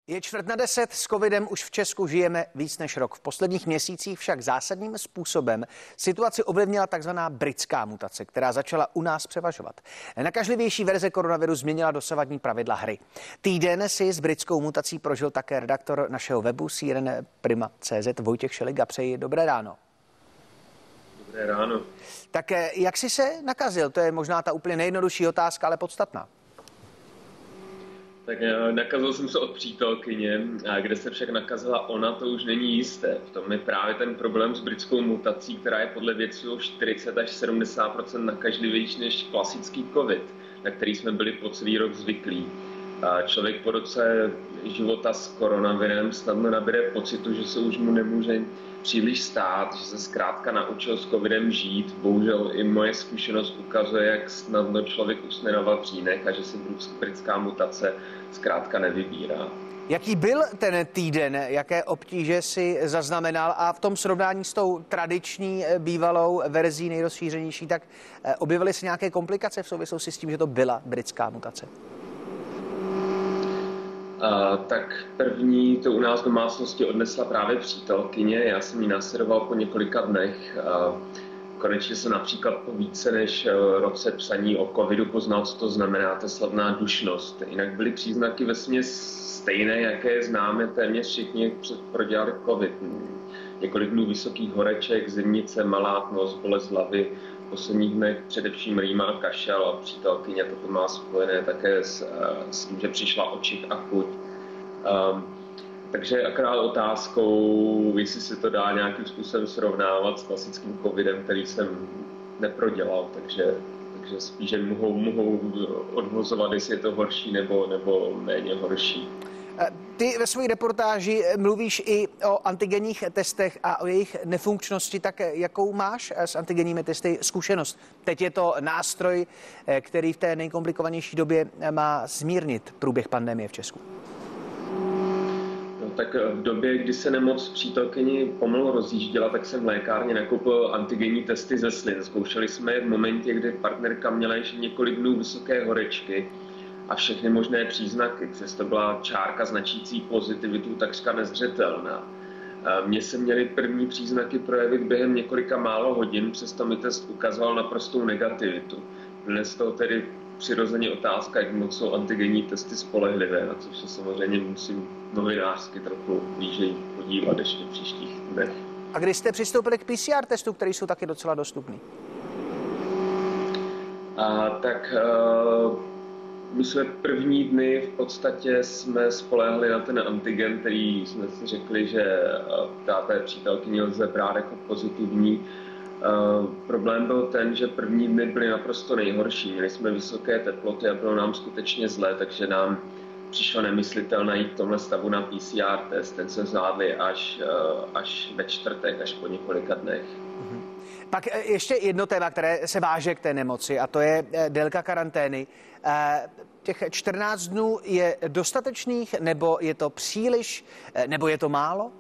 Je 9:45, s covidem už v Česku žijeme víc než rok. V posledních měsících však zásadním způsobem situaci ovlivnila takzvaná britská mutace, která začala u nás převažovat. Nakažlivější verze koronaviru změnila dosavadní pravidla hry. Týden si s britskou mutací prožil také redaktor našeho webu CNN.Prima.cz Vojtěch Šeliga. Přeji dobré ráno. Dobré ráno. Tak jak jsi se nakazil? To je možná ta úplně nejjednodušší otázka, ale podstatná. Tak nakazil jsem se od přítelkyně, a kde se však nakazila ona, to už není jisté. V tom je právě ten problém s britskou mutací, která je podle vědců 40 až 70% nakažlivější než klasický covid, na který jsme byli po celý rok zvyklí. A člověk po roce života s koronavirem snadno nabere pocitu, že se už mu nemůže příliš stát, že se zkrátka naučil s covidem žít. Bohužel i moje zkušenost ukazuje, jak snadno člověk usne na vavřínech a že si britská mutace zkrátka nevybírá. Jaký byl ten týden, jaké obtíže si zaznamenal a v tom srovnání s tou tradiční bývalou verzí nejrozšířenější, tak objevily se nějaké komplikace v souvislosti s tím, že to byla britská mutace? Tak první to u nás v domácnosti odnesla právě přítelkyně. Já jsem ji následoval po několika dnech. Konečně jsem například po více než roce psaní o covidu poznal, co to znamená ta slavná dušnost. Jinak byly příznaky vesměs stejné, jaké známe téměř všichni, prodělali covid. Několik dnů vysokých horeček, zimnice, malátnost, bolest hlavy. V posledních dnech především rýma a kašel a přítelkyně toto má spojené také s tím, že přišla očích a chuť. Takže akorát otázkou, jestli se to dá nějakým způsobem srovnávat s klasickým covidem, který jsem neprodělal, takže spíš mohou odvozovat, jestli je to horší nebo méně horší. Ty ve své reportáži mluvíš i o antigenních testech a o jejich nefunkčnosti, tak jakou máš s antigenními testy zkušenost? Teď je to nástroj, který v té nejkomplikovanější době má zmírnit průběh pandemie v Česku. No, tak v době, kdy se nemoc přítelkyni pomalu rozjížděla, tak jsem v lékárně nakoupil antigenní testy ze slin. Zkoušeli jsme je v momentě, kdy partnerka měla ještě několik dnů vysoké horečky a všechny možné příznaky. Přesto byla čárka značící pozitivitu takřka nezřetelná. Mně se měly první příznaky projevit během několika málo hodin, přesto mi test ukazoval naprostou negativitu. Dnes z toho tedy přirozeně otázka, jak moc jsou antigenní testy spolehlivé, na což se samozřejmě musím novinářsky trochu blíže podívat ještě v příštích dnech. A kdy jste přistoupili k PCR testu, který jsou taky docela dostupný? My jsme první dny v podstatě jsme spoléhali na ten antigen, který jsme si řekli, že té přítelkyni lze brát jako pozitivní. Problém byl ten, že první dny byly naprosto nejhorší. Měli jsme vysoké teploty a bylo nám skutečně zlé, takže nám přišlo nemyslitelné jít v tomhle stavu na PCR test. Ten jsme zvládli až ve čtvrtek, až po několika dnech. Pak ještě jedno téma, které se váže k té nemoci, a to je délka karantény. Těch 14 dnů je dostatečných, nebo je to příliš, nebo je to málo?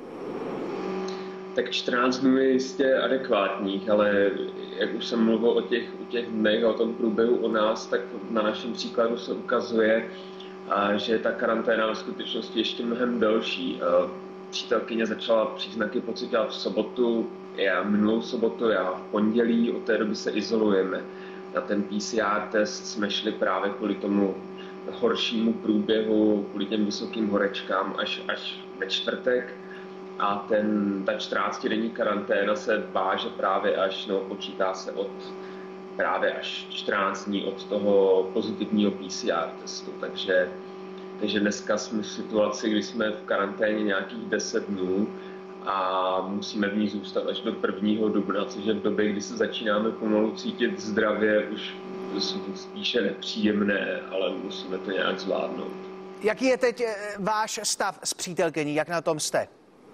Tak 14 dnů je jistě adekvátních, ale jak už jsem mluvil o těch dnech a o tom průběhu u nás, tak na našem příkladu se ukazuje, že ta karanténa v skutečnosti ještě mnohem delší. Přítelkyně začala příznaky pocitovat v sobotu, minulou sobotu, já v pondělí, od té doby se izolujeme. Na ten PCR test jsme šli právě kvůli tomu horšímu průběhu, kvůli těm vysokým horečkám až ve čtvrtek. A ta 14denní karanténa se váže právě počítá se právě až 14 dní od toho pozitivního PCR testu. Takže dneska jsme v situaci, kdy jsme v karanténě nějakých 10 dnů a musíme v ní zůstat až do 1. dubna, což je v době, kdy se začínáme pomalu cítit zdravě, už spíše nepříjemné, ale musíme to nějak zvládnout. Jaký je teď váš stav s přítelkyní? Jak na tom jste?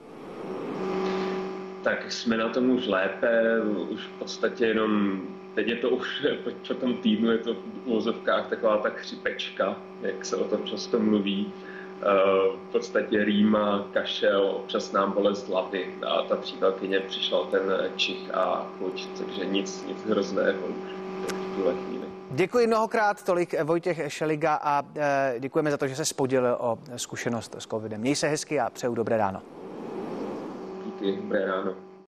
Tak jsme na tom už lépe, už v podstatě jenom, teď je to už po tom týdnu, je to v uvozovkách taková ta chřipečka, jak se o tom často mluví. V podstatě rýma, kašel, občas nám bolest hlavy a ta přítelkyně přišel ten čich a chuť, takže nic hrozného v tuhle chvíli. Děkuji mnohokrát, tolik Vojtěch Šeliga a děkujeme za to, že se podělil o zkušenost s covidem. Měj se hezky a přeju dobré ráno. Díky, dobré ráno.